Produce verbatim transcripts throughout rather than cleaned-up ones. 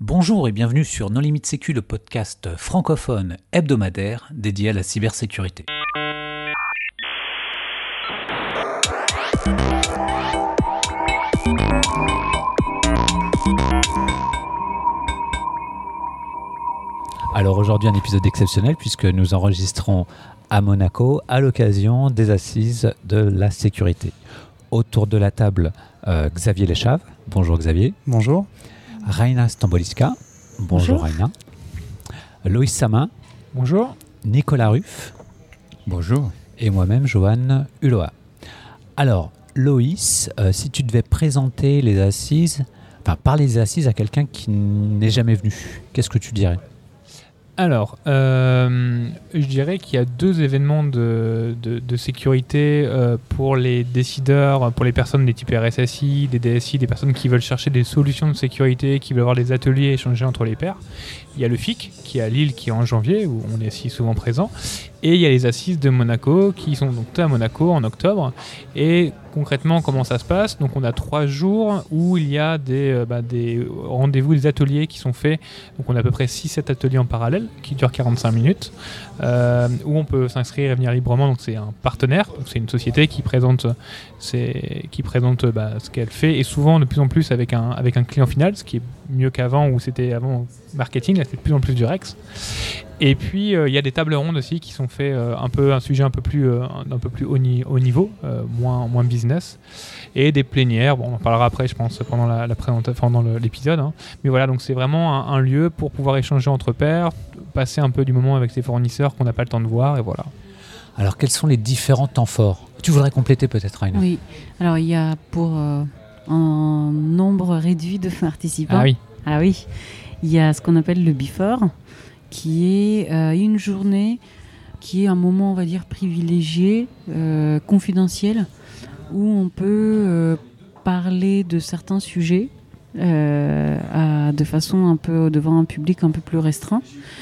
Bonjour et bienvenue sur Non Limite Sécu, le podcast francophone hebdomadaire dédié à la cybersécurité. Alors aujourd'hui un épisode exceptionnel puisque nous enregistrons à Monaco à l'occasion des assises de la sécurité. Autour de la table, euh, Xavier Léchave. Bonjour Xavier. Bonjour. Raina Stamboliska. Bonjour, Bonjour Raina. Loïs Samin. Bonjour. Nicolas Ruff. Bonjour. Et moi-même, Johan Hulot. Alors, Loïs, euh, si tu devais présenter les assises, enfin parler des assises à quelqu'un qui n'est jamais venu, qu'est-ce que tu dirais ? Alors, euh, je dirais qu'il y a deux événements de, de, de sécurité euh, pour les décideurs, pour les personnes des types R S S I, des D S I, des personnes qui veulent chercher des solutions de sécurité, qui veulent avoir des ateliers échangés entre les pairs. Il y a le F I C qui est à Lille, qui est en janvier, où on est si souvent présent. Et il y a les assises de Monaco, qui sont donc à Monaco en octobre. Et concrètement, comment ça se passe ? Donc on a trois jours où il y a des, euh, bah, des rendez-vous, des ateliers qui sont faits. Donc on a à peu près six sept ateliers en parallèle, qui durent quarante-cinq minutes, euh, où on peut s'inscrire et venir librement. Donc c'est un partenaire, donc c'est une société qui présente, c'est, qui présente bah, ce qu'elle fait, et souvent de plus en plus avec un, avec un client final, ce qui est mieux qu'avant, où c'était avant marketing, là c'est de plus en plus du Rex. Et puis il euh, y a des tables rondes aussi qui sont faits euh, un peu un sujet un peu plus euh, un peu plus haut, ni- haut niveau, euh, moins moins business, et des plénières. Bon, on en parlera après, je pense, pendant la, la présentation, pendant le, l'épisode. Hein. Mais voilà, donc c'est vraiment un, un lieu pour pouvoir échanger entre pairs, passer un peu du moment avec ses fournisseurs qu'on n'a pas le temps de voir, et voilà. Alors, quels sont les différents temps forts ? Tu voudrais compléter peut-être, Raina ? Oui. Alors il y a pour euh, un nombre réduit de participants. Ah oui. Ah oui. Il y a ce qu'on appelle le before, qui est euh, une journée, qui est un moment, on va dire, privilégié, euh, confidentiel, où on peut euh, parler de certains sujets euh, à, de façon un peu devant un public un peu plus restreint.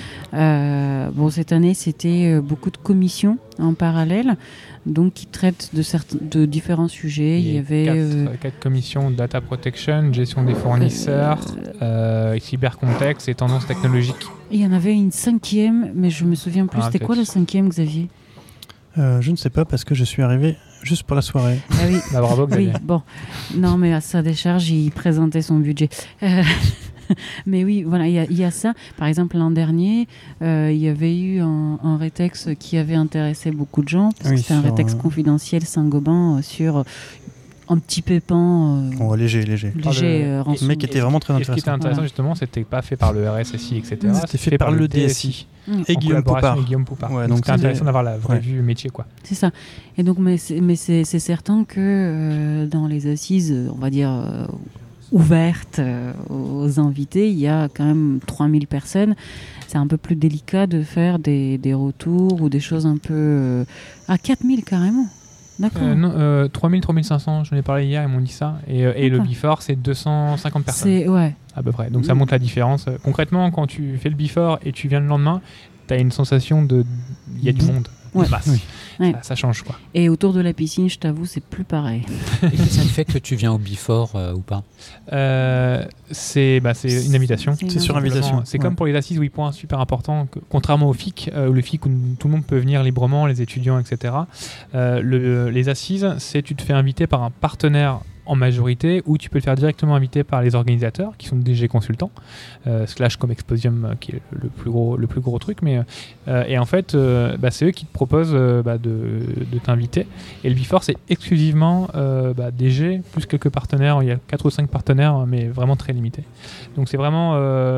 Euh, bon, cette année, c'était beaucoup de commissions en parallèle, donc qui traitent de, certains, de différents sujets. Il y, Il y avait quatre, euh, quatre commissions: data protection, gestion des fournisseurs, euh, cybercontexte et tendances technologiques. Il y en avait une cinquième, mais je me souviens plus. Ah, c'était peut-être. Quoi la cinquième, Xavier ? euh, Je ne sais pas, parce que je suis arrivé juste pour la soirée. Ah oui. Bah, bravo Xavier. Oui, bon, non, mais à sa décharge, il présentait son budget. Euh... Mais oui, voilà, il y, y a ça. Par exemple, l'an dernier, euh, il y avait eu un, un rétex qui avait intéressé beaucoup de gens, parce oui, que c'était un rétex euh... confidentiel Saint-Gobain euh, sur un petit pépin. Euh, oh, léger, léger. léger euh, le mec était vraiment très intéressant. Et ce qui était intéressant, voilà. Justement, c'était pas fait par le R S S I, et cetera. C'était, c'était fait par, par le D S I. Mmh. Et, Guillaume Poupard. et Guillaume Poupard. Ouais, donc c'était intéressant des... d'avoir la vraie ouais. vue métier, quoi. C'est ça. Et donc, mais c'est, mais c'est, c'est certain que euh, dans les assises, on va dire... Euh, ouverte euh, aux invités, il y a quand même trois mille personnes. C'est un peu plus délicat de faire des, des retours ou des choses un peu... Euh, à quatre mille carrément. D'accord. Euh, non, euh, trois mille, trois mille cinq cents, j'en ai parlé hier, ils m'ont dit ça. Et, euh, et le before, c'est deux cent cinquante personnes. C'est, ouais. À peu près. Donc ça montre la différence. Concrètement, quand tu fais le before et tu viens le lendemain, tu as une sensation de... Il y a du monde. Ouais. Bah, oui. Ouais. Ça, ça change, quoi. Et autour de la piscine, je t'avoue, c'est plus pareil. Et qu'est-ce qui fait que tu viens au before euh, ou pas euh, c'est, bah, c'est une invitation. C'est, c'est sur invitation. C'est ouais. Comme pour les assises, oui, point super important. Que, contrairement au F I C, euh, le F I C où tout le monde peut venir librement, les étudiants, et cetera. Euh, le, les assises, c'est tu te fais inviter par un partenaire en majorité, ou tu peux le faire directement inviter par les organisateurs qui sont D G consultants, euh, slash comme Exposium euh, qui est le plus gros, le plus gros truc, mais euh, et en fait euh, bah, c'est eux qui te proposent euh, bah, de, de t'inviter, et le before c'est exclusivement euh, bah, D G plus quelques partenaires, il y a quatre ou cinq partenaires mais vraiment très limités, donc c'est vraiment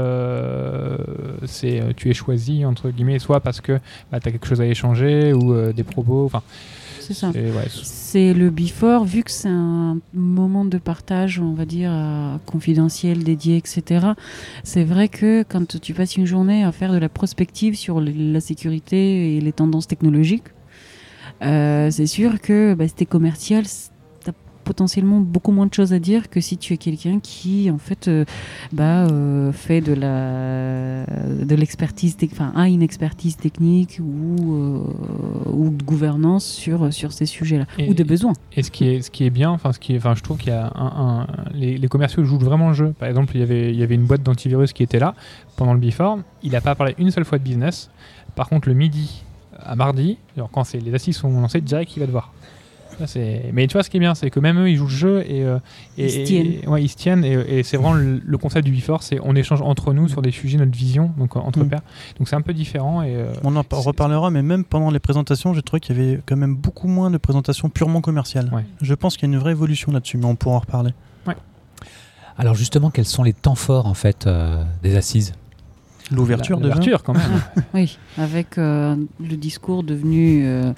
euh, c'est, tu es choisi entre guillemets soit parce que bah, tu as quelque chose à échanger ou euh, des propos, enfin c'est ça. C'est, ouais. c'est le before, vu que c'est un moment de partage, on va dire, euh, confidentiel, dédié, et cetera. C'est vrai que quand tu passes une journée à faire de la prospective sur le, la sécurité et les tendances technologiques, euh, c'est sûr que bah, si t'es commercial, t'as potentiellement beaucoup moins de choses à dire que si tu es quelqu'un qui en fait euh, bah, euh, fait de la de l'expertise, enfin a une expertise technique ou euh, ou de gouvernance sur sur ces sujets-là et, ou des besoins. Et ce qui est ce qui est bien, enfin ce qui est, enfin je trouve qu'il y a un, un les, les commerciaux jouent vraiment le jeu. Par exemple, il y avait il y avait une boîte d'antivirus qui était là pendant le Before. Il n'a pas parlé une seule fois de business. Par contre, le midi à mardi, alors quand c'est, les assises sont lancées, direct qu'il va te voir. Là, c'est... Mais tu vois, ce qui est bien, c'est que même eux, ils jouent le jeu et, euh, et, ils se tiennent. Et, ouais, ils se tiennent et, et c'est vraiment le, le concept du Before, c'est on échange entre nous sur des sujets, notre vision, donc entre mmh. pairs. Donc c'est un peu différent. Et, euh, on en c'est, reparlera, mais même pendant les présentations, j'ai trouvé qu'il y avait quand même beaucoup moins de présentations purement commerciales. Ouais. Je pense qu'il y a une vraie évolution là-dessus, mais on pourra en reparler. Ouais. Alors justement, quels sont les temps forts en fait euh, des assises ? L'ouverture, la, l'ouverture quand même. Oui, avec euh, le discours devenu euh,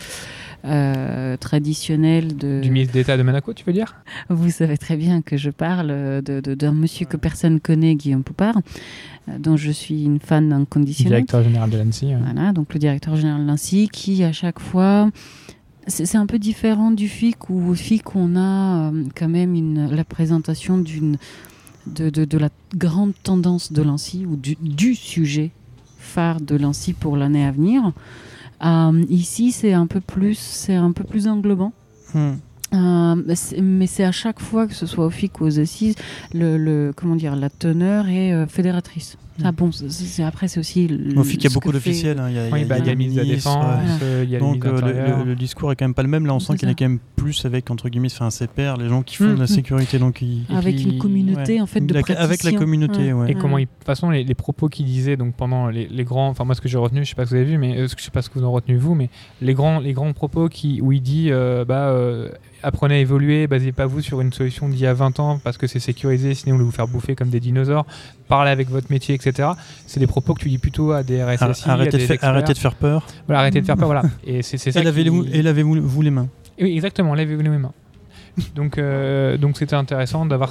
euh, traditionnel de... Du ministre d'État de Monaco, tu veux dire ? Vous savez très bien que je parle de, de, d'un monsieur que personne connaît, Guillaume Poupard, dont je suis une fan inconditionnelle. Directeur général de l'A N S I. Ouais. Voilà, donc le directeur général de l'A N S I qui, à chaque fois... C'est, c'est un peu différent du F I C, où au F I C, on a euh, quand même une, la présentation d'une... De, de, de la grande tendance de l'A N S I ou du, du sujet phare de l'A N S I pour l'année à venir. Euh, ici, c'est un peu plus, c'est un peu plus englobant. Hmm. Euh, c'est, mais c'est à chaque fois, que ce soit au F I C ou aux assises, le, le, comment dire, la teneur est euh, fédératrice. Ah bon, c'est, c'est, après c'est aussi... Le, au F I C, il y a beaucoup d'officiels. Hein. Il y a, oui, il bah, y a le ministre de la Défense, ouais. il y a donc le ministre de le, le, le discours est quand même pas le même. Là, on c'est sent ça. qu'il y en a quand même plus avec, entre guillemets, enfin, ses pairs, les gens qui font mmh. de la sécurité. Donc, ils... Avec puis, une communauté, ouais. en fait, de la, praticiens. avec la communauté, ouais. ouais. Et comment, il, de toute façon, les, les propos qu'il disait donc, pendant les, les grands... Enfin, moi, ce que j'ai retenu, je sais pas ce que vous avez vu, mais euh, je sais pas ce que vous en avez retenu, vous, mais les grands, les grands propos qui, où il dit... Euh, bah, euh, apprenez à évoluer, basez pas vous sur une solution d'il y a vingt ans parce que c'est sécurisé, sinon vous allez vous faire bouffer comme des dinosaures. Parlez avec votre métier, et cetera. C'est des propos que tu dis plutôt à des R S S I, arrêtez, à des de fa- arrêtez de faire peur. Voilà, arrêtez de faire peur, voilà. Et c'est, c'est ça. Et lavez-vous, qui... et lavez-vous les mains. Et oui, exactement, lavez-vous les mains. donc, euh, donc c'était intéressant d'avoir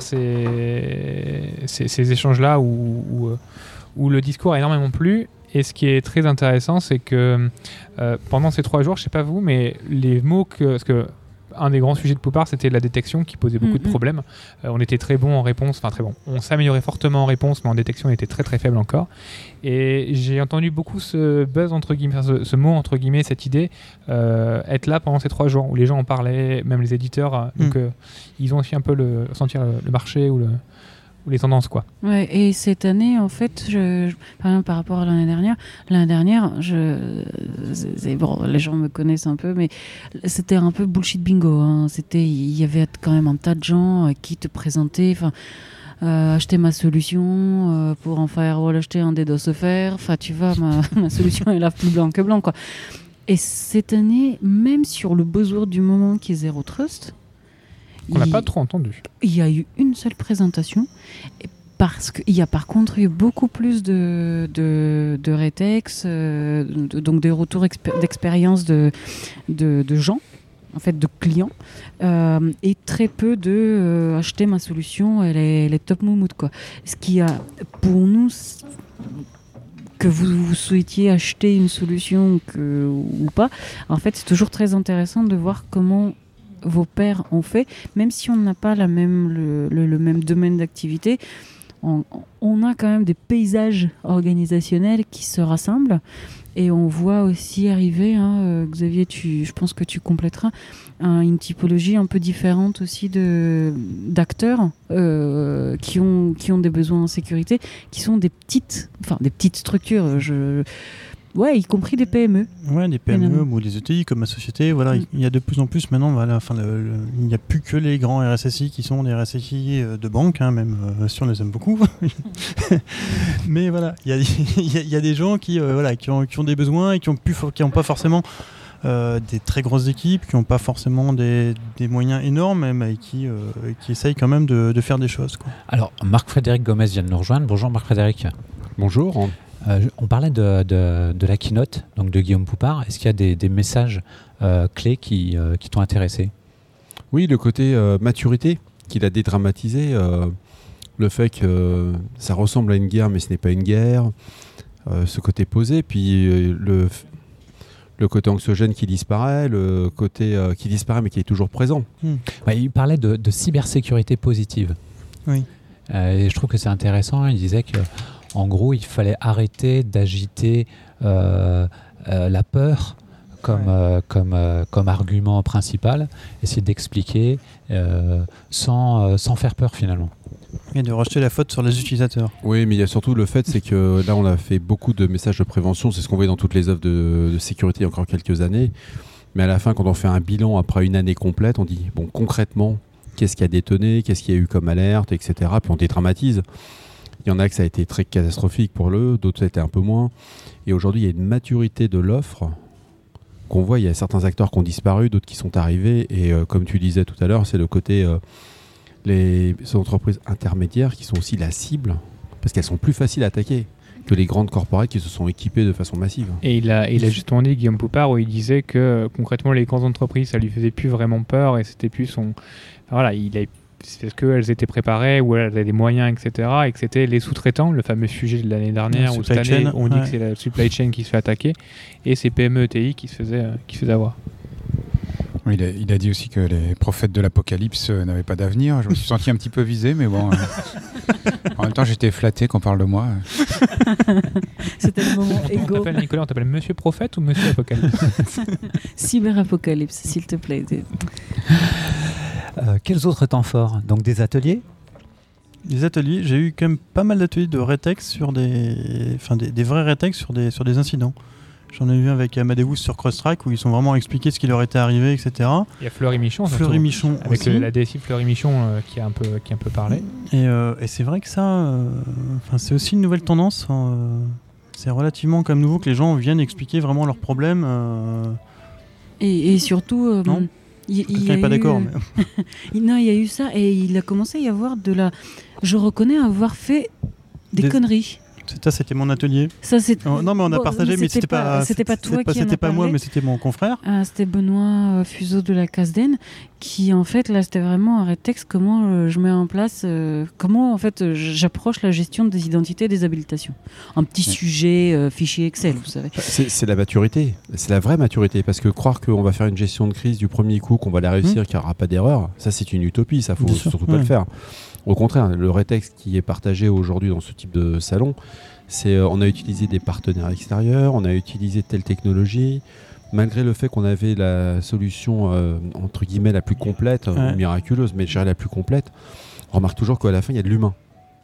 ces, ces, ces échanges-là où, où, où le discours a énormément plu. Et ce qui est très intéressant, c'est que euh, pendant ces trois jours, je sais pas vous, mais les mots que... Parce que un des grands sujets de Poupard, c'était la détection qui posait beaucoup mmh. de problèmes. Euh, on était très bon en réponse, enfin très bon. On s'améliorait fortement en réponse, mais en détection, on était très très faible encore. Et j'ai entendu beaucoup ce buzz, entre guillemets, ce, ce mot, entre guillemets, cette idée, euh, être là pendant ces trois jours, où les gens en parlaient, même les éditeurs. Euh, mmh. Donc, euh, ils ont aussi un peu le, sentir le, le marché ou le... ou les tendances, quoi. Ouais, et cette année, en fait, je, je, par exemple, par rapport à l'année dernière, l'année dernière, je, c'est, c'est, bon, les gens me connaissent un peu, mais c'était un peu bullshit bingo. Hein. C'était, il y avait quand même un tas de gens euh, qui te présentaient, enfin, euh, acheter ma solution euh, pour un firewall, acheter un DDoS offert. Enfin, tu vois, ma, ma solution est là plus blanc que blanc, quoi. Et cette année, même sur le buzzword du moment qui est Zero Trust. On n'a pas trop entendu. Il y a eu une seule présentation, parce qu'il y a par contre eu beaucoup plus de, de, de rétex, euh, de, donc des retours expé- d'expérience de, de, de gens, en fait de clients, euh, et très peu de euh, acheter ma solution, elle est, elle est top moumoute, quoi. Ce qui a, pour nous, que vous, vous souhaitiez acheter une solution que, ou pas, en fait c'est toujours très intéressant de voir comment vos pairs ont fait, même si on n'a pas la même, le, le, le même domaine d'activité, on, on a quand même des paysages organisationnels qui se rassemblent et on voit aussi arriver, hein, euh, Xavier, tu, je pense que tu compléteras, hein, une typologie un peu différente aussi de, d'acteurs euh, qui, ont, qui ont des besoins en sécurité, qui sont des petites, enfin des petites structures, je... Ouais, y compris des P M E. Ouais, des P M E ou des E T I comme ma société. Voilà, mm. il y a de plus en plus maintenant. Voilà, enfin, le, le, il n'y a plus que les grands R S S I qui sont des R S S I de banque, hein, même euh, si on les aime beaucoup. Mais voilà, il y a, y, a, y a des gens qui, euh, voilà, qui ont, qui ont des besoins et qui n'ont qui ont pas forcément euh, des très grosses équipes, qui n'ont pas forcément des, des moyens énormes, mais qui, euh, qui essayent quand même de, de faire des choses, quoi. Alors, Marc-Frédéric Gomez vient de nous rejoindre. Bonjour Marc-Frédéric. Bonjour. Euh, on parlait de, de, de la keynote donc de Guillaume Poupard. Est-ce qu'il y a des, des messages euh, clés qui, euh, qui t'ont intéressé ? Oui, le côté euh, maturité qu'il a dédramatisé, euh, le fait que euh, ça ressemble à une guerre mais ce n'est pas une guerre, euh, ce côté posé, puis euh, le, le côté anxiogène qui disparaît, le côté euh, qui disparaît mais qui est toujours présent. Hmm. Ouais, il parlait de, de cybersécurité positive. Oui. Euh, et je trouve que c'est intéressant. Il disait que, en gros, il fallait arrêter d'agiter euh, euh, la peur comme, Ouais. euh, comme, euh, comme argument principal, essayer d'expliquer euh, sans, euh, sans faire peur finalement. Et de rejeter la faute sur les utilisateurs. Oui, mais il y a surtout le fait, c'est que là, on a fait beaucoup de messages de prévention. C'est ce qu'on voyait dans toutes les offres de, de sécurité il y a encore quelques années. Mais à la fin, quand on fait un bilan après une année complète, on dit, bon, concrètement, qu'est-ce qui a détonné, qu'est-ce qu'il y a eu comme alerte, et cetera. Puis on dédramatise. Il y en a que ça a été très catastrophique pour eux, d'autres ça a été un peu moins. Et aujourd'hui, il y a une maturité de l'offre qu'on voit. Il y a certains acteurs qui ont disparu, d'autres qui sont arrivés. Et euh, comme tu disais tout à l'heure, c'est le côté... Euh, les entreprises intermédiaires qui sont aussi la cible, parce qu'elles sont plus faciles à attaquer que les grandes corporates qui se sont équipées de façon massive. Et il a, il a justement dit, Guillaume Poupard, où il disait que euh, concrètement les grandes entreprises, ça lui faisait plus vraiment peur et c'était plus son... Enfin, voilà, il a... c'est parce qu'elles étaient préparées ou elles avaient des moyens, et cetera. Et que c'était les sous-traitants, le fameux sujet de l'année dernière, La où cette supply année, chain, on dit ouais. que c'est la supply chain qui se fait attaquer et c'est P M E E T I qui se faisait, euh, qui se faisait avoir. Oui, il, a, il a dit aussi que les prophètes de l'apocalypse euh, n'avaient pas d'avenir. Je me suis senti un petit peu visé, mais bon. Euh, en même temps, j'étais flatté qu'on parle de moi. C'était le moment On égo. t'appelle Nicolas, on t'appelle Monsieur Prophète ou Monsieur Apocalypse? Cyberapocalypse, s'il te plaît. Euh, quels autres temps forts? Donc des ateliers? Des ateliers, j'ai eu quand même pas mal d'ateliers de rétex sur des... Enfin, des, des vrais rétex sur des, sur des incidents. J'en ai eu un avec Amadeus sur Crosstrack où ils sont vraiment expliqués ce qui leur était arrivé, et cetera. Il y a Fleury Michon, surtout, Fleury Michon avec aussi. le- la D S I Fleury Michon euh, qui, a un peu, qui a un peu parlé. Et, euh, et c'est vrai que ça, euh, enfin, c'est aussi une nouvelle tendance. euh, c'est relativement comme nouveau que les gens viennent expliquer vraiment leurs problèmes. euh, Et, et surtout, euh, Non. il, il y Quelqu'un a n'est pas eu- d'accord. Mais... il- non, il y a eu ça et il a commencé à y avoir de la. Je reconnais avoir fait des, Des- conneries. Ça, c'était mon atelier. Ça, c'est. Oh, non, mais on a Bon, partagé, mais c'était pas, C'était pas toi c'était qui en a C'était pas moi, parlé. mais c'était mon confrère. Ah, c'était Benoît euh, Fuseau de la Casden qui en fait là c'était vraiment un rétexte comment euh, je mets en place euh, comment en fait euh, j'approche la gestion des identités et des habilitations. Un petit Ouais. sujet euh, fichier Excel, vous savez. C'est, c'est la maturité, c'est la vraie maturité, parce que croire qu'on va faire une gestion de crise du premier coup, qu'on va la réussir, Mmh. qu'il n'y aura pas d'erreur, ça c'est une utopie, ça faut Bien sûr, surtout pas ouais. le faire. Au contraire, le rétexte qui est partagé aujourd'hui dans ce type de salon, c'est euh, on a utilisé des partenaires extérieurs, on a utilisé telle technologie, malgré le fait qu'on avait la solution euh, entre guillemets la plus complète, Ouais. euh, miraculeuse, mais je dirais la plus complète, on remarque toujours qu'à la fin il y a de l'humain.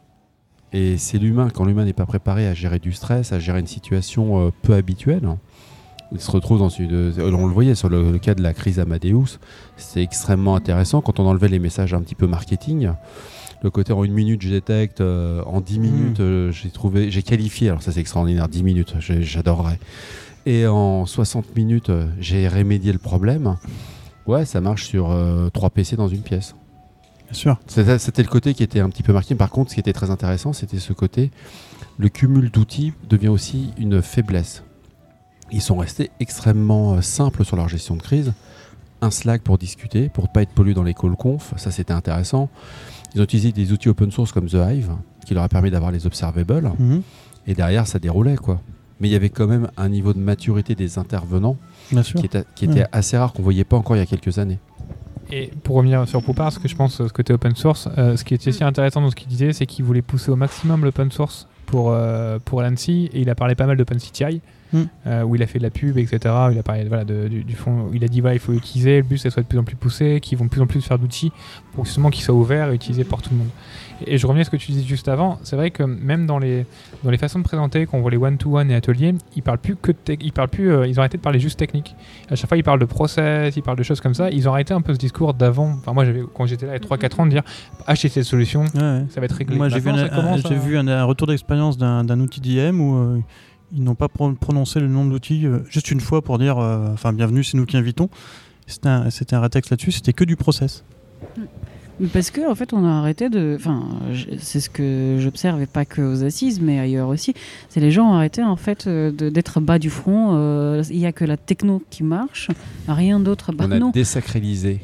Et c'est l'humain, quand l'humain n'est pas préparé à gérer du stress, à gérer une situation euh, peu habituelle, il se retrouve dans une... euh, on le voyait sur le, le cas de la crise Amadeus, c'est extrêmement intéressant quand on enlevait les messages un petit peu marketing. Le côté en une minute je détecte, euh, en dix minutes euh, j'ai trouvé, j'ai qualifié, alors ça c'est extraordinaire, dix minutes, j'ai- j'adorerais. Et en soixante minutes euh, j'ai remédié le problème. Ouais, ça marche sur euh, trois P C dans une pièce. Bien sûr. C'était, c'était le côté qui était un petit peu marqué. Par contre, ce qui était très intéressant, c'était ce côté, le cumul d'outils devient aussi une faiblesse. Ils sont restés extrêmement euh, simples sur leur gestion de crise. Un Slack pour discuter, pour ne pas être pollué dans les call conf, ça c'était intéressant. Ils ont utilisé des outils open source comme The Hive, qui leur a permis d'avoir les observables, Mhm. et derrière ça déroulait quoi. Mais il y avait quand même un niveau de maturité des intervenants Bien sûr. qui était, qui était Ouais. assez rare, qu'on ne voyait pas encore il y a quelques années. Et pour revenir sur Poupard, ce que je pense, ce côté open source, euh, ce qui était aussi intéressant dans ce qu'il disait, c'est qu'il voulait pousser au maximum l'open source pour, euh, pour l'ANSSI, et il a parlé pas mal d'OpenCTI, Mm. euh, où il a fait de la pub, et cetera. Il a parlé voilà, de, du, du fond, il a dit voilà, il faut utiliser, le but c'est que ça soit de plus en plus poussé, qu'ils vont de plus en plus faire d'outils pour justement qu'ils soient ouverts et utilisés par tout le monde. Et, et je reviens à ce que tu disais juste avant, c'est vrai que même dans les, dans les façons de présenter, quand on voit les one-to-one et ateliers, ils parlent plus que de tech, ils parlent plus, euh, ils ont arrêté de parler juste technique. À chaque fois, ils parlent de process, ils parlent de choses comme ça. Ils ont arrêté un peu ce discours d'avant. Enfin, moi, j'avais, quand j'étais là il y a trois quatre ans, de dire achetez cette solution, Ouais, ouais. ça va être réglé. Moi, j'ai vu, Maintenant, un, ça commence un- j'ai à- vu un, un retour d'expérience d'un, d'un outil d'I M où euh, ils n'ont pas pro- prononcé le nom de l'outil euh, juste une fois pour dire euh, enfin bienvenue, c'est nous qui invitons. C'était un, c'était un rétexte là-dessus, c'était que du process. Mais parce que en fait on a arrêté de, enfin je- c'est ce que j'observe et pas que aux assises mais ailleurs aussi, c'est les gens ont arrêté en fait euh, de- d'être bas du front. euh, Il y a que la techno qui marche, rien d'autre. Bah On a non. désacralisé.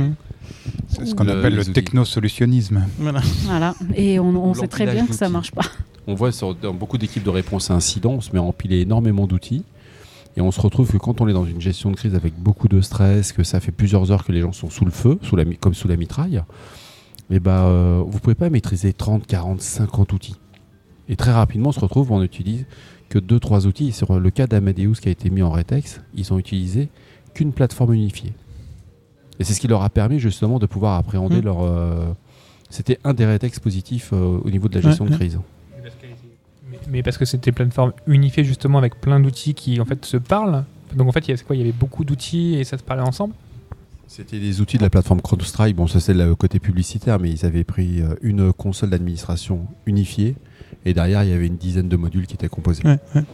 C'est ce qu'on Le- appelle les le outils. technosolutionnisme. Voilà. Voilà. Et on, on sait très L'empilage bien que ça d'outils. marche pas. On voit sur, dans beaucoup d'équipes de réponse à incidents, on se met à empiler énormément d'outils. Et on se retrouve que quand on est dans une gestion de crise avec beaucoup de stress, que ça fait plusieurs heures que les gens sont sous le feu, sous la, comme sous la mitraille, et bah, euh, vous ne pouvez pas maîtriser trente, quarante, cinquante outils. Et très rapidement, on se retrouve, on n'utilise que deux trois outils. Et sur le cas d'Amadeus qui a été mis en Retex, ils ont utilisé qu'une plateforme unifiée. Et c'est ce qui leur a permis justement de pouvoir appréhender mmh. leur... Euh, c'était un des Retex positifs euh, au niveau de la gestion ouais, de crise. Mais, mais parce que c'était une plateforme unifiée justement avec plein d'outils qui en fait se parlent. Donc en fait, il y, a, quoi, il y avait beaucoup d'outils et ça se parlait ensemble. C'était des outils de la plateforme CrowdStrike. Bon, ça c'est le côté publicitaire, mais ils avaient pris une console d'administration unifiée et derrière il y avait une dizaine de modules qui étaient composés. Ouais, ouais.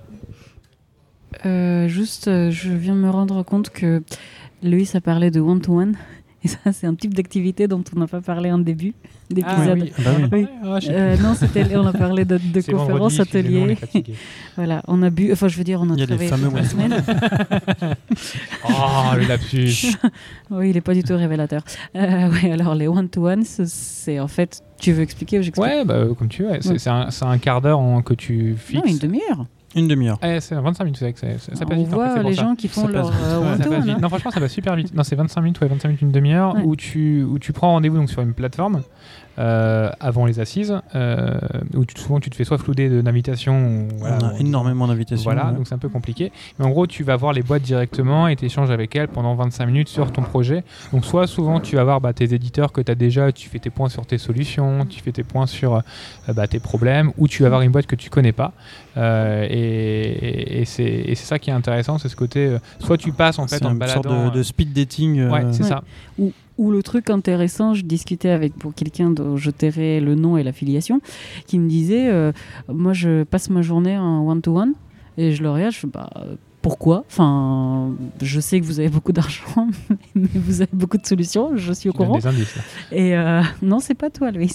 Euh, juste, euh, je viens me rendre compte que Loïs a parlé de one-to-one. Et ça, c'est un type d'activité dont on n'a pas parlé en début d'épisode. Ah, oui. Bah oui. Oui. Ah, euh, non, c'était, on a parlé de, de conférences, ateliers. Voilà, on a bu. Enfin, je veux dire, on a, il y a travaillé les fameux toute la semaine. Oh, le lapsus. Oui, il n'est pas du tout révélateur. Euh, oui, alors les one-to-one, c'est en fait. Tu veux expliquer ou j'explique ? Ouais, bah, comme tu veux. C'est, ouais. c'est, un, c'est un quart d'heure en, que tu fixes. Non, une demi-heure. Une demi-heure. Eh, c'est vingt-cinq minutes, c'est, c'est, ça, ça passe on vite. voit en fait, les ça. gens qui font ça leur euh, one-to-one. Hein. Non, franchement, ça va super vite. Non, c'est vingt-cinq minutes, ouais, vingt-cinq minutes, une demi-heure, ouais. où, tu, où tu prends rendez-vous donc, sur une plateforme euh, avant les assises, euh, où tu, souvent tu te fais soit flouder d'invitations. Voilà, on a énormément d'invitations. Voilà, ouais. donc c'est un peu compliqué. Mais en gros, tu vas voir les boîtes directement et tu échanges avec elles pendant vingt-cinq minutes sur ton projet. Donc, soit souvent, tu vas voir bah, tes éditeurs que tu as déjà, tu fais tes points sur tes solutions, tu fais tes points sur euh, bah, tes problèmes, ou tu vas voir une boîte que tu connais pas. Euh, et, et, et, c'est, et c'est ça qui est intéressant, c'est ce côté. Euh, soit tu passes en fait c'est en une baladant. sorte de, de speed dating. Euh... Ouais, c'est ouais. ça. Ou, ou le truc intéressant, je discutais avec pour quelqu'un dont je tairais le nom et l'affiliation, qui me disait euh, moi je passe ma journée en one-to-one et je le regarde, je fais bah. Pourquoi ? Enfin, je sais que vous avez beaucoup d'argent, mais vous avez beaucoup de solutions, je suis au courant. Des indices, là. Et euh, non, c'est pas toi, Louis.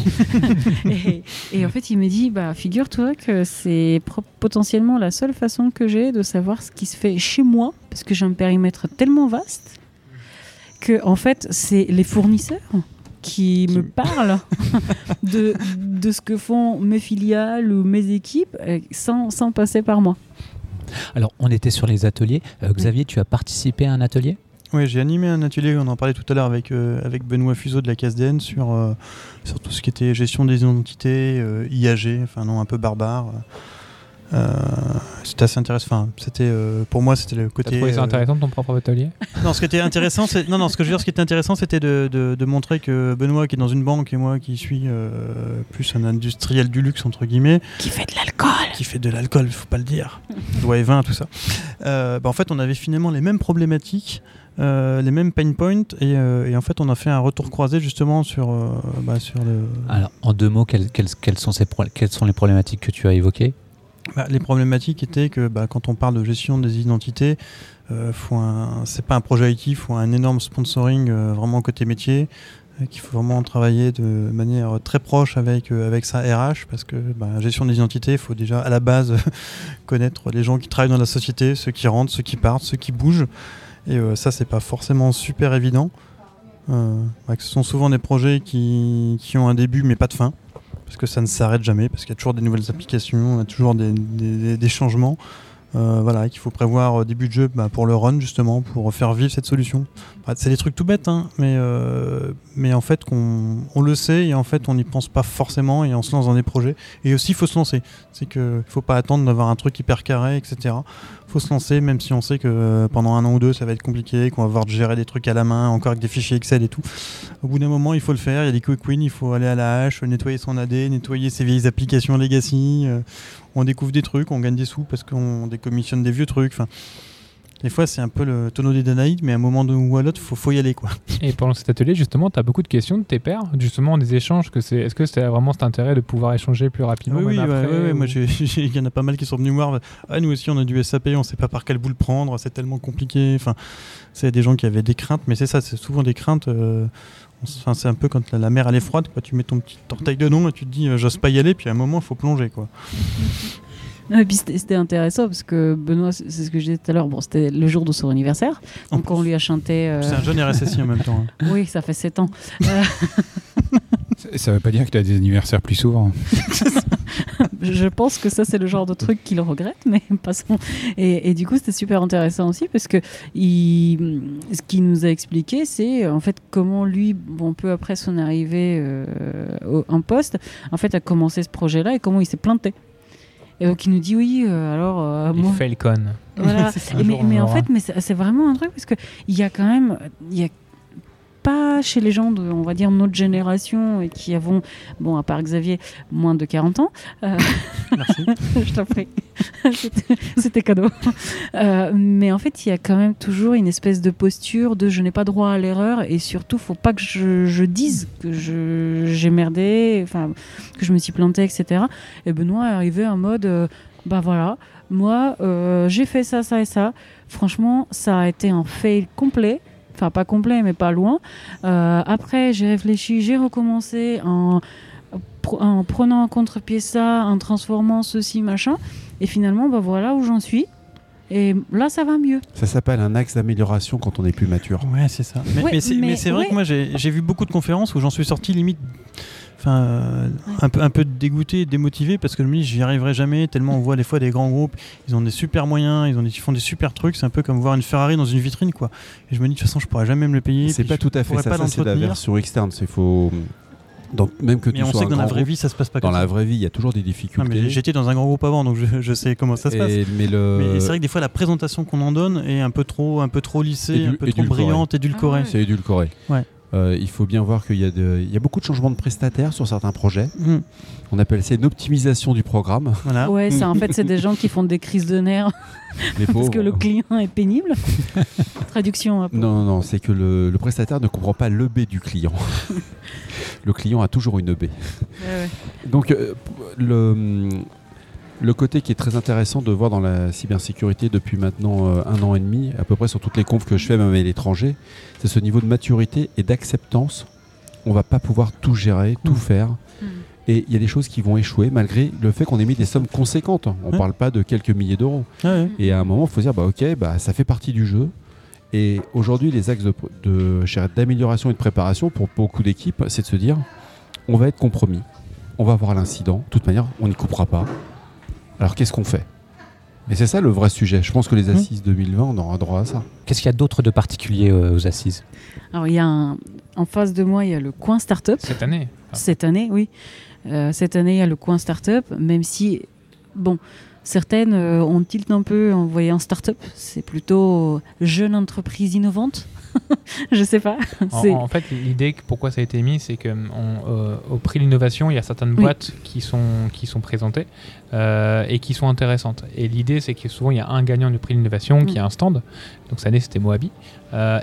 et, et en fait, il me dit, bah, figure-toi que c'est pro- potentiellement la seule façon que j'ai de savoir ce qui se fait chez moi, parce que j'ai un périmètre tellement vaste que, en fait, c'est les fournisseurs qui me parlent de, de ce que font mes filiales ou mes équipes sans, sans passer par moi. Alors, on était sur les ateliers. Euh, Xavier, tu as participé à un atelier ? Oui, j'ai animé un atelier, on en parlait tout à l'heure avec, euh, avec Benoît Fuseau de la C A S D N sur, euh, sur tout ce qui était gestion des identités, euh, I A G, enfin non, un peu barbare. Euh, c'était assez intéressant. Enfin, c'était, euh, pour moi, c'était le côté. T'as trouvé ça euh, intéressant de ton propre atelier ? Non, ce qui était intéressant, c'est non, non, ce que je veux dire, ce qui était intéressant, c'était de, de, de montrer que Benoît, qui est dans une banque, et moi, qui suis euh, plus un industriel du luxe entre guillemets, qui fait de l'alcool, qui fait de l'alcool, il faut pas le dire, doigt et vin, tout ça. Euh, bah, en fait, on avait finalement les mêmes problématiques. Euh, les mêmes pain points et, euh, et en fait on a fait un retour croisé justement sur, euh, bah, sur le... Alors en deux mots, quelles, quelles, quelles, sont ces pro- quelles sont les problématiques que tu as évoquées ? Bah, les problématiques étaient que bah, quand on parle de gestion des identités, euh, faut un, c'est pas un projet I T, il faut un énorme sponsoring euh, vraiment côté métier, euh, qu'il faut vraiment travailler de manière très proche avec, euh, avec sa R H, parce que bah, la gestion des identités, il faut déjà à la base connaître les gens qui travaillent dans la société, ceux qui rentrent, ceux qui partent, ceux qui bougent. Et euh, ça, c'est pas forcément super évident. Euh, bah, ce sont souvent des projets qui, qui ont un début mais pas de fin, parce que ça ne s'arrête jamais, parce qu'il y a toujours des nouvelles applications, il y a toujours des, des, des changements. Euh, voilà, qu'il faut prévoir des budgets bah, pour le run, justement, pour faire vivre cette solution. Bah, c'est des trucs tout bêtes, hein, mais, euh, mais en fait, qu'on, on le sait et en fait, on n'y pense pas forcément et on se lance dans des projets. Et aussi, il faut se lancer. C'est qu'il ne faut pas attendre d'avoir un truc hyper carré, et cetera. Il faut se lancer, même si on sait que euh, pendant un an ou deux, ça va être compliqué, qu'on va avoir de gérer des trucs à la main, encore avec des fichiers Excel et tout. Au bout d'un moment, il faut le faire. Il y a des quick wins, il faut aller à la hache, nettoyer son A D, nettoyer ses vieilles applications legacy. Euh, on découvre des trucs, on gagne des sous parce qu'on décommissionne des vieux trucs. Enfin, des fois, c'est un peu le tonneau des Danaïdes, mais à un moment ou à l'autre, il faut, faut y aller, quoi. Et pendant cet atelier, justement, tu as beaucoup de questions de tes pairs, justement, des échanges. Que c'est, est-ce que c'est vraiment cet intérêt de pouvoir échanger plus rapidement ? Oui, oui, après, ouais, ouais, ou... moi, il y en a pas mal qui sont venus voir. Ah, nous aussi, on a du S A P, on ne sait pas par quel bout le prendre, c'est tellement compliqué. Enfin, c'est des gens qui avaient des craintes, mais c'est ça, c'est souvent des craintes. Euh, Enfin, c'est un peu quand la, la mer elle est froide, quoi. Tu mets ton petit orteil dedans et tu te dis euh, j'ose pas y aller, puis à un moment il faut plonger, quoi. Non, et puis c'était, c'était intéressant parce que Benoît, c'est ce que je disais tout à l'heure, bon, c'était le jour de son anniversaire, donc on lui a chanté. Euh... C'est un jeune R S S I en même temps. Hein. Oui, ça fait sept ans. Euh... Ça, ça veut pas dire que tu as des anniversaires plus souvent. je pense que ça, c'est le genre de truc qu'il regrette, mais passons. Et, et du coup, c'était super intéressant aussi parce que il, ce qu'il nous a expliqué, c'est en fait comment lui, bon, peu après son arrivée euh, au, en poste, en fait, a commencé ce projet-là et comment il s'est planté. Et donc, il nous dit oui, euh, alors. Euh, Il moi... fait le con. Voilà. Un Et mais jour, on mais en l'aura. fait, mais c'est, c'est vraiment un truc parce qu'il y a quand même. Y a pas chez les gens de, on va dire, notre génération et qui avons, bon, à part Xavier, moins de quarante ans. Euh... Merci. Je t'en prie. C'était, c'était cadeau. Euh, mais en fait, il y a quand même toujours une espèce de posture de je n'ai pas droit à l'erreur et surtout, faut pas que je, je dise que je, j'ai merdé, enfin, que je me suis planté, et cetera. Et Benoît est arrivé en mode, euh, bah voilà, moi, euh, j'ai fait ça, ça et ça. Franchement, ça a été un fail complet. Enfin, pas complet, mais pas loin. Euh, après, j'ai réfléchi, j'ai recommencé en, en prenant en contre-pied ça, en transformant ceci, machin. Et finalement, bah, voilà où j'en suis. Et là, ça va mieux. Ça s'appelle un axe d'amélioration quand on est plus mature. Ouais, c'est ça. Mais, Ouais, mais c'est, mais mais c'est vrai ouais. que moi, j'ai, j'ai vu beaucoup de conférences où j'en suis sorti limite. Enfin, euh, un, peu, un peu dégoûté, démotivé, parce que je me dis, j'y arriverai jamais, tellement on voit des fois des grands groupes, ils ont des super moyens, ils, ont des, ils font des super trucs, c'est un peu comme voir une Ferrari dans une vitrine, quoi. Et je me dis, de toute façon, je pourrais jamais me le payer. C'est puis pas je tout à fait pourrais ça, pas ça c'est la l'entretenir. version externe. C'est faut... Donc, même que Mais tu on sois sait que un dans la grand vraie groupe, vie, ça se passe pas dans comme la ça. vraie vie, il y a toujours des Ah, difficultés. mais j'étais dans un grand groupe avant, donc je, je sais comment ça se passe. Et- mais le... Mais c'est vrai que des fois, la présentation qu'on en donne est un peu trop, un peu trop lissée, Édul- un peu trop édulcorée. brillante, édulcorée. Ah ouais. c'est édulcoré. Ouais. Euh, il faut bien voir qu'il y a, de... il y a beaucoup de changements de prestataires sur certains projets. Mmh. On appelle ça une optimisation du programme. Voilà. Ouais, ça, en fait, c'est des gens qui font des crises de nerfs Les parce pauvres. que le client est pénible. Traduction. un peu. Non, non, non, c'est que le, le prestataire ne comprend pas l'E B du client. Le client a toujours une E B. Ouais, ouais. Donc, euh, le, le côté qui est très intéressant de voir dans la cybersécurité depuis maintenant euh, un an et demi, à peu près sur toutes les confs que je fais, même à l'étranger, c'est ce niveau de maturité et d'acceptance. On va pas pouvoir tout gérer, tout Mmh. faire. Mm. Et il y a des choses qui vont échouer malgré le fait qu'on ait mis des sommes conséquentes. On ne Ouais. parle pas de quelques milliers d'euros. Ah ouais. Et à un moment, il faut se dire, bah, ok, bah, ça fait partie du jeu. Et aujourd'hui, les axes de, de, je dirais, d'amélioration et de préparation pour beaucoup d'équipes, c'est de se dire, on va être compromis, on va avoir l'incident, de toute manière, on n'y coupera pas. Alors qu'est-ce qu'on fait? Et c'est ça le vrai sujet. Je pense que les assises deux mille vingt, on aura droit à ça. Qu'est-ce qu'il y a d'autre de particulier euh, aux assises? Alors, il y a un... en face de moi, il y a le coin startup. Cette année. Cette année, oui. Euh, cette année, il y a le coin startup, même si, bon, certaines, euh, on tilte un peu en voyant startup. C'est plutôt jeune entreprise innovante. Je sais pas. En, C'est- en fait, l'idée que- pourquoi ça a été mis, c'est que on, euh, au prix de l'innovation, il y a certaines Oui. boîtes qui sont qui sont présentées euh, et qui sont intéressantes. Et l'idée, c'est que souvent il y a un gagnant du prix de l'innovation qui Mm. a un stand. Donc cette année, c'était Moabi. Euh,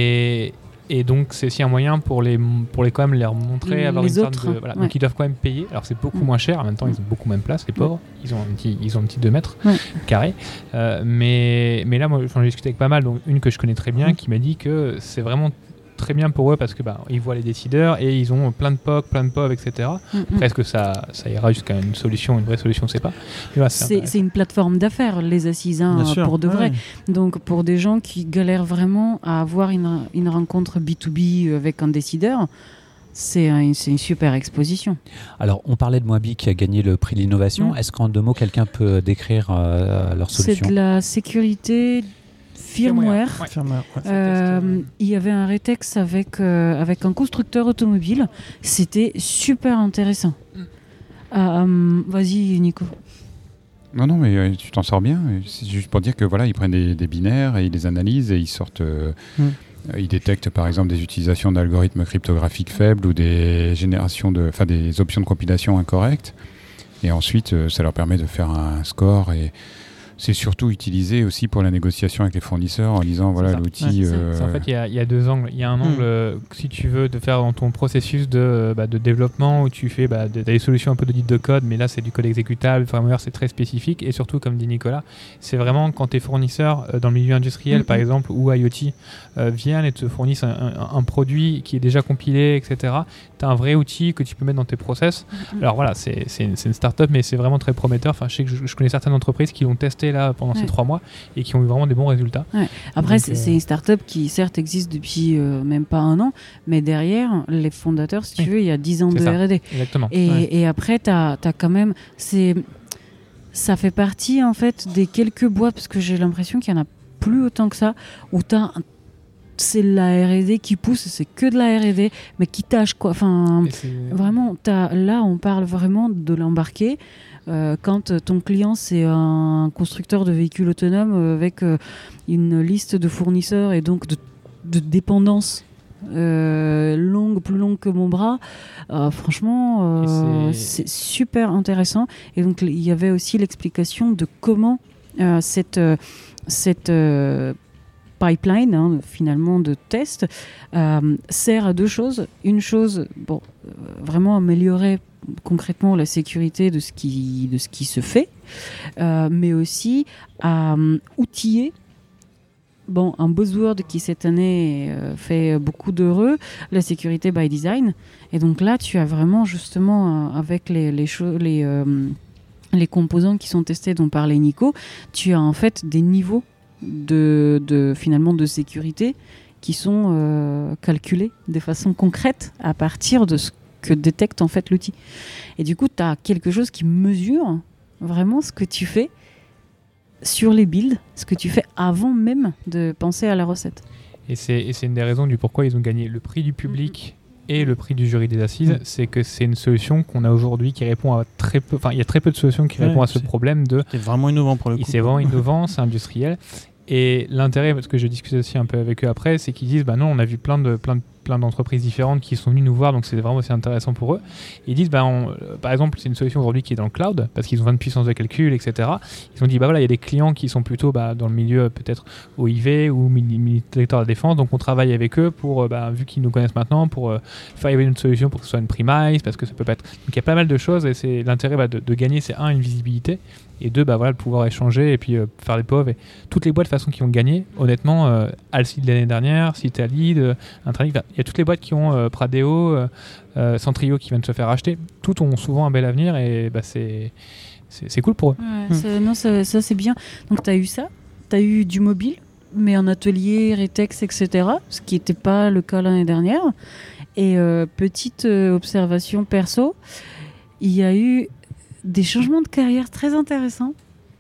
et et donc c'est aussi un moyen pour les pour les quand même leur montrer, Les avoir une sorte autres, de voilà. ouais. Donc ils doivent quand même payer. Alors c'est beaucoup Mm. moins cher. En même temps, ils ont beaucoup moins de place. Les pauvres, ils ont un petit ils ont un petit deux mètres Ouais. carrés. Euh, mais mais là, moi, enfin, j'ai discuté avec pas mal. Donc une que je connais très bien, Mm. qui m'a dit que c'est vraiment très bien pour eux parce que bah, ils voient les décideurs et ils ont plein de P O C, plein de P O V, et cetera. Mm, mm. Après, est-ce que ça, ça ira jusqu'à une solution, une vraie solution, on ne sait pas. Mais voilà, c'est C'est, intéressant. c'est une plateforme d'affaires, les assises, hein, Bien sûr. pour de vrai. Ouais. Donc, pour des gens qui galèrent vraiment à avoir une, une rencontre B deux B avec un décideur, c'est, un- c'est une super exposition. Alors, on parlait de Moabi qui a gagné le prix de l'innovation. Mm. Est-ce qu'en deux mots, quelqu'un peut décrire euh, leur C'est solution? de la sécurité firmware. Ouais. Firmware, ouais. Euh, Test, euh, il y avait un rétex avec, euh, avec un constructeur automobile. C'était super intéressant. Mm. Euh, vas-y, Nico. Non, non, mais euh, tu t'en sors bien. C'est juste pour dire que voilà, ils prennent des, des binaires et ils les analysent et ils sortent. euh, Mm. euh, Ils détectent par exemple des utilisations d'algorithmes cryptographiques faibles ou des générations de, enfin des options de compilation incorrectes. Et ensuite, euh, ça leur permet de faire un score. Et c'est surtout utilisé aussi pour la négociation avec les fournisseurs en disant voilà ça. l'outil. Ouais, c'est ça. euh, C'est- En fait, il y, a- il y a deux angles. Il y a un Hmm. angle, euh, si tu veux, de faire dans ton processus de, bah, de développement où tu fais bah, de- des solutions un peu d'audit de code, mais là, c'est du code exécutable. Le firmware, c'est très spécifique. Et surtout, comme dit Nicolas, c'est vraiment quand tes fournisseurs euh, dans le milieu industriel, Mhm. par exemple, ou IoT, euh, viennent et te fournissent un, un- un produit qui est déjà compilé, et cetera. Tu as un vrai outil que tu peux mettre dans tes process. Alors voilà, c'est c'est une, c'est une start-up, mais c'est vraiment très prometteur. Enfin, je sais que je, je connais certaines entreprises qui l'ont testé testé là pendant Ouais. ces trois mois et qui ont eu vraiment des bons résultats. Après, Donc, c'est, euh, c'est une start-up qui, certes, existe depuis euh, même pas un an, mais derrière, les fondateurs, si tu Oui. veux, il y a dix ans C'est de ça. R et D. Exactement. Et, Ouais. et après, tu as quand même. C'est, ça fait partie, en fait, des quelques boîtes, parce que j'ai l'impression qu'il n'y en a plus autant que ça, où tu as. C'est la R et D qui pousse, c'est que de la R et D, mais qui tâche, quoi. Enfin, Et c'est- vraiment, t'as- là, on parle vraiment de l'embarquer. Euh, quand ton client, c'est un constructeur de véhicules autonomes euh, avec euh, une liste de fournisseurs et donc de, de dépendances euh, longue, plus longue que mon bras, euh, franchement, euh, Et c'est- c'est super intéressant. Et donc, il y avait aussi l'explication de comment euh, cette, euh, cette euh, pipeline, hein, finalement, de test, euh, sert à deux choses. Une chose, bon, euh, vraiment améliorer concrètement la sécurité de ce qui, de ce qui se fait, euh, mais aussi à euh, outiller. Bon, un buzzword qui cette année euh, fait beaucoup d'heureux, la sécurité by design. Et donc là, tu as vraiment justement, euh, avec les, les, cho- les, euh, les composants qui sont testés dont parlait Nico, tu as en fait des niveaux de, de, finalement, de sécurité qui sont euh, calculés de façon concrète à partir de ce que détecte en fait l'outil. Et du coup, tu as quelque chose qui mesure vraiment ce que tu fais sur les builds, ce que tu fais avant même de penser à la recette. Et c'est, et c'est une des raisons du pourquoi ils ont gagné le prix du public et le prix du jury des assises, Mhm. c'est que c'est une solution qu'on a aujourd'hui qui répond à très peu, enfin il y a très peu de solutions qui Ouais, répondent à ce c'est- problème de, C'est vraiment innovant pour le et coup. c'est vraiment innovant, c'est industriel. Et l'intérêt, parce que je discutais aussi un peu avec eux après, c'est qu'ils disent, bah non, on a vu plein de, plein de, plein d'entreprises différentes qui sont venues nous voir, donc c'est vraiment aussi intéressant pour eux. Et ils disent, bah on- euh, par exemple, c'est une solution aujourd'hui qui est dans le cloud, parce qu'ils ont vingt de puissance de calcul, et cetera. Ils ont dit, bah voilà, il y a des clients qui sont plutôt bah, dans le milieu euh, peut-être O I V ou mini- militaire de la défense, donc on travaille avec eux pour, euh, bah, vu qu'ils nous connaissent maintenant, pour euh, faire arriver une solution pour que ce soit une premise, parce que ça peut pas être. Donc il y a pas mal de choses, et c'est l'intérêt bah, de, de gagner, c'est un, une visibilité, et deux, bah voilà, de pouvoir échanger et puis euh, faire des P O V. Et toutes les boîtes de façon qui ont gagné, honnêtement, euh, Alcide l'année dernière, Citalid, euh, Intralink, enfin, il y a toutes les boîtes qui ont euh, Pradeo, euh, euh, Centrio qui viennent de se faire acheter. Toutes ont souvent un bel avenir et bah, c'est, c'est, c'est cool pour eux. Ouais, c'est- non, ça, ça, c'est bien. Donc tu as eu ça, tu as eu du mobile, mais en atelier, Retex, et cetera, ce qui n'était pas le cas l'année dernière. Et euh, petite euh, observation perso, il y a eu des changements de carrière très intéressants.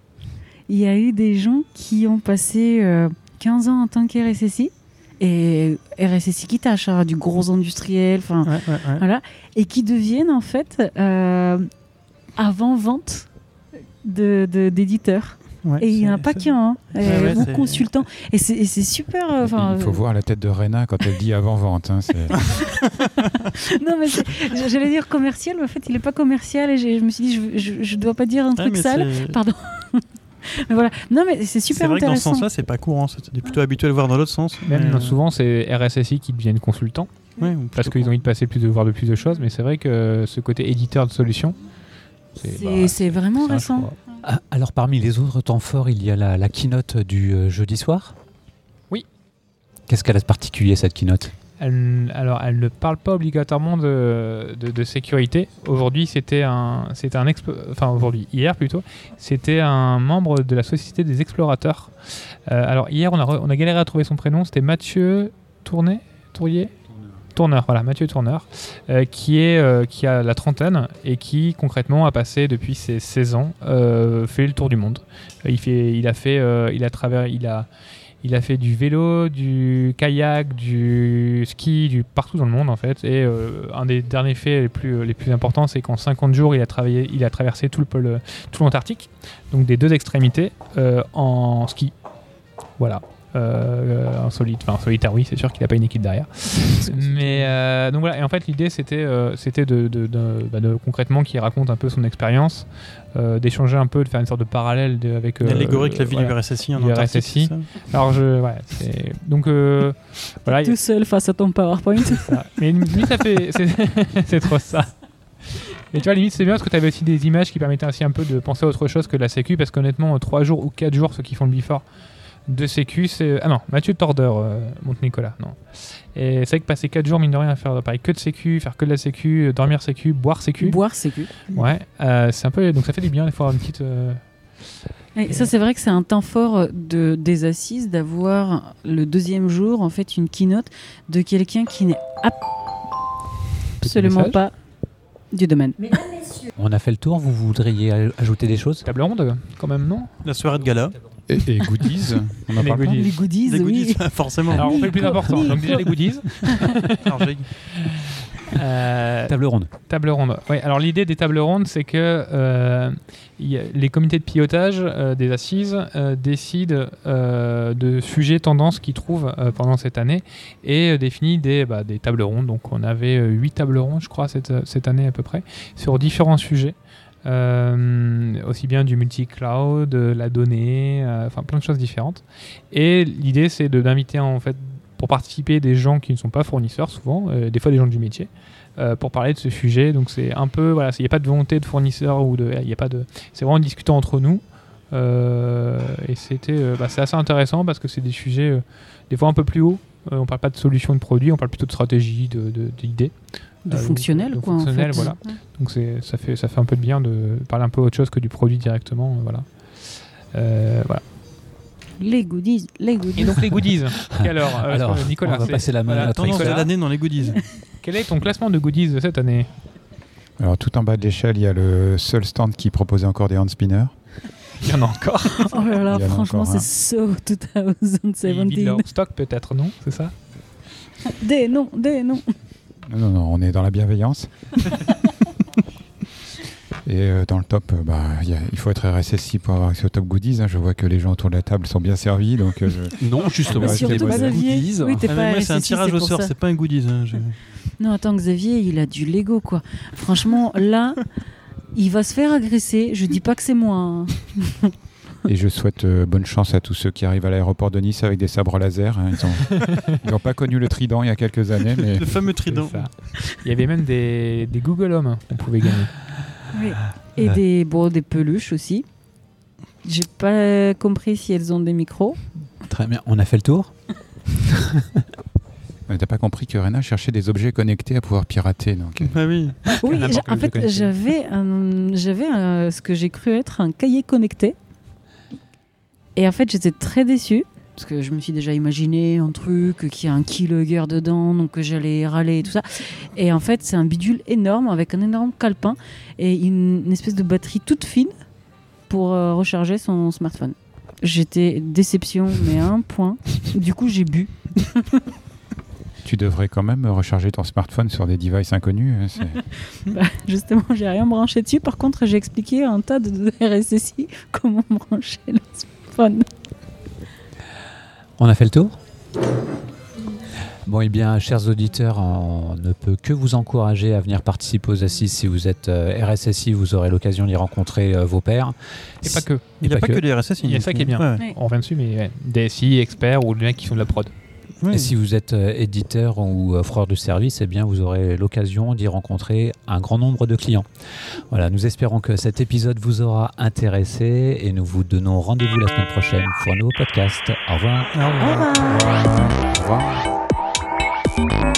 Il y a eu des gens qui ont passé euh, quinze ans en tant que R S S I, et R S S I qui tâche hein, du gros industriel, enfin Ouais, ouais, ouais. voilà, et qui deviennent en fait euh, avant-vente de, de- d'éditeurs. Ouais, Et il n'y en a c'est- pas c'est- qu'un, hein, Ouais, euh, ouais, ou c'est- consultants. Et c'est, et c'est super. euh, enfin, Il faut euh, voir la tête de Rena quand elle dit avant-vente. Hein, c'est- Non, mais c'est- j'allais dire commercial, mais en fait, il n'est pas commercial. Et j'ai- je me suis dit, je ne dois pas dire un Ouais, truc mais sale. c'est- Pardon. Mais voilà. Non, mais c'est super C'est vrai que dans ce intéressant. sens-là, c'est pas courant. C'était plutôt habitué à le voir dans l'autre sens. Même mais- souvent, c'est R S S I qui deviennent consultants Ouais, ou parce plutôt qu'ils ont envie de passer plus de voir de plus de choses. Mais c'est vrai que ce côté éditeur de solutions, c'est, C'est, bah, c'est vraiment c'est un récent. choix. Ah, alors, parmi les autres temps forts, il y a la, la keynote du euh, jeudi soir. Oui. Qu'est-ce qu'elle a de particulier, cette keynote? Elle, alors, elle ne parle pas obligatoirement de, de, de sécurité. Aujourd'hui, c'était un, c'était un expo- enfin aujourd'hui, hier plutôt, c'était un membre de la Société des Explorateurs. Euh, alors hier, on a, re- on a galéré à trouver son prénom. C'était Mathieu Tournet, Tourrier, Tourneur. Voilà, Mathieu Tourneur, euh, qui est, euh, qui a la trentaine et qui concrètement a passé depuis ses seize ans, euh, fait le tour du monde. Euh, il fait, il a fait, euh, il a travers, il a Il a fait du vélo, du kayak, du ski, du partout dans le monde en fait. Et euh, un des derniers faits les plus, les plus importants, c'est qu'en cinquante jours, il a, travaillé, il a traversé tout le pôle, tout l'Antarctique, donc des deux extrémités, euh, en ski. Voilà. Euh, en, solide, enfin, en solitaire, oui, c'est sûr qu'il n'a pas une équipe derrière. Mais euh, donc voilà. Et en fait, l'idée, c'était, euh, c'était de, de, de, bah, de concrètement qu'il raconte un peu son expérience, euh, d'échanger un peu, de faire une sorte de parallèle de, avec. Il y a l'allégorie que la vie voilà. du R S S I en Du Antarctique, R S S I. c'est ça Alors je, ouais, c'est donc euh, voilà. Tout seul face à ton PowerPoint. C'est ça. Mais limite, ça fait, c'est, c'est trop ça. Et tu vois, limite, c'est bien parce que tu avais aussi des images qui permettaient ainsi un peu de penser à autre chose que la sécu, parce qu'honnêtement, trois jours ou quatre jours, ceux qui font le before de sécu, c'est ah non, Mathieu Tordeur, euh, monte Nicolas, non. Et c'est vrai que passer quatre jours mine de rien à faire pareil que de sécu, faire que de la sécu, dormir sécu, boire sécu. Boire, c'est que. Ouais, euh, c'est un peu donc ça fait du bien des fois une petite euh, Et ça, c'est vrai que c'est un temps fort de, des assises d'avoir le deuxième jour, en fait, une keynote de quelqu'un qui n'est absolument message. pas du domaine. On a fait le tour, vous voudriez aj- ajouter des choses? Table ronde, quand même, non? La soirée de gala. Et, et goodies, on en Les parle pas goodies. Les goodies, Les goodies, oui. forcément. Alors, on fait le plus Nico, important. Donc, déjà, les goodies. Alors, j'ai- Euh, Table ronde. Table ronde. Oui, alors l'idée des tables rondes, c'est que euh, y a- les comités de pilotage euh, des assises euh, décident euh, de sujets tendances qu'ils trouvent euh, pendant cette année et euh, définissent des, bah, des tables rondes. Donc on avait euh, huit tables rondes, je crois, cette, cette année à peu près, sur différents sujets. Euh, aussi bien du multi-cloud, de la donnée, euh, enfin plein de choses différentes. Et l'idée, c'est de, d'inviter en fait pour participer des gens qui ne sont pas fournisseurs souvent, euh, des fois des gens du métier, euh, pour parler de ce sujet. Donc c'est un peu, voilà, il n'y a pas de volonté de fournisseur ou de, il y a pas de, c'est vraiment discutant entre nous. Euh, et c'était, euh, bah, c'est assez intéressant parce que c'est des sujets euh, des fois un peu plus hauts. Euh, on parle pas de solutions de produits, on parle plutôt de stratégie, de, de, d'idées. De Euh, fonctionnel, de quoi. fonctionnel, en fait. voilà. Donc c'est, ça fait, ça fait un peu de bien de parler un peu autre chose que du produit directement, euh, voilà. Euh, voilà. Les goodies, les goodies. Et donc les goodies. Quelle heure euh, Alors, Nicolas, on va c'est- passer la main voilà, à notre Tendance de Nicolas, l'année dans les goodies. quel est ton classement de goodies de cette année? Alors tout en bas de l'échelle, il y a le seul stand qui proposait encore des hand spinners. Il y en a encore. Oh là là, Il y en a franchement, encore c'est un. so Ils vident deux mille leur dix-sept. stock peut-être, non? C'est ça? Des noms, des noms. Non, non, non, on est dans la bienveillance. Et euh, dans le top, euh, bah, il y a- il faut être R S S I pour avoir accès au top goodies. hein. Je vois que les gens autour de la table sont bien servis. Donc, euh, je- Non, justement, Mais Mais restez surtout modeste. Xavier. Goodies. Oui, t'es Ah, pas mais moi, c'est un R S S I, tirage au pour sort, ça. c'est pas un goodies. hein, je- Non, attends, Xavier, il a du Lego, quoi. Franchement, là, il va se faire agresser. Je dis pas que c'est moi. hein. Et je souhaite euh, bonne chance à tous ceux qui arrivent à l'aéroport de Nice avec des sabres laser. hein. Ils n'ont pas connu le trident il y a quelques années, mais Le fameux trident. C'est ça. Il y avait même des, des Google Home qu'on pouvait gagner. Oui. Et des, bon, des peluches aussi. J'ai pas compris si elles ont des micros. Très bien, on a fait le tour. euh, t'as pas compris que Rena cherchait des objets connectés à pouvoir pirater. Donc, euh, Ah oui. Oui, N'importe j'ai- que en je fait, connaissais. j'avais, un- j'avais un- ce que j'ai cru être un cahier connecté. Et en fait, j'étais très déçue. Parce que je me suis déjà imaginé un truc, qu'il y a un keylogger dedans, donc que j'allais râler et tout ça. Et en fait, c'est un bidule énorme avec un énorme calepin et une, une espèce de batterie toute fine pour euh, recharger son smartphone. J'étais déception, mais à un point. Du coup, j'ai bu. tu devrais quand même recharger ton smartphone sur des devices inconnus. hein, c'est- Bah, justement, j'ai rien branché dessus. Par contre, j'ai expliqué à un tas de, de R S S I comment brancher le smartphone. On a fait le tour. Bon, eh bien, chers auditeurs, on ne peut que vous encourager à venir participer aux assises. Si vous êtes euh, R S S I, vous aurez l'occasion d'y rencontrer euh, vos pairs. Et pas que. Il n'y a pas que les R S S I. Il y a ça qui est bien. Ouais. Ouais. On revient dessus, mais ouais, D S I, experts ou les mecs qui font de la prod. Ouais. Et si vous êtes euh, éditeur ou offreur de service, eh bien, vous aurez l'occasion d'y rencontrer un grand nombre de clients. Voilà, nous espérons que cet épisode vous aura intéressé et nous vous donnons rendez-vous la semaine prochaine pour un nouveau podcast. Au revoir. Au revoir. Au revoir. Au revoir.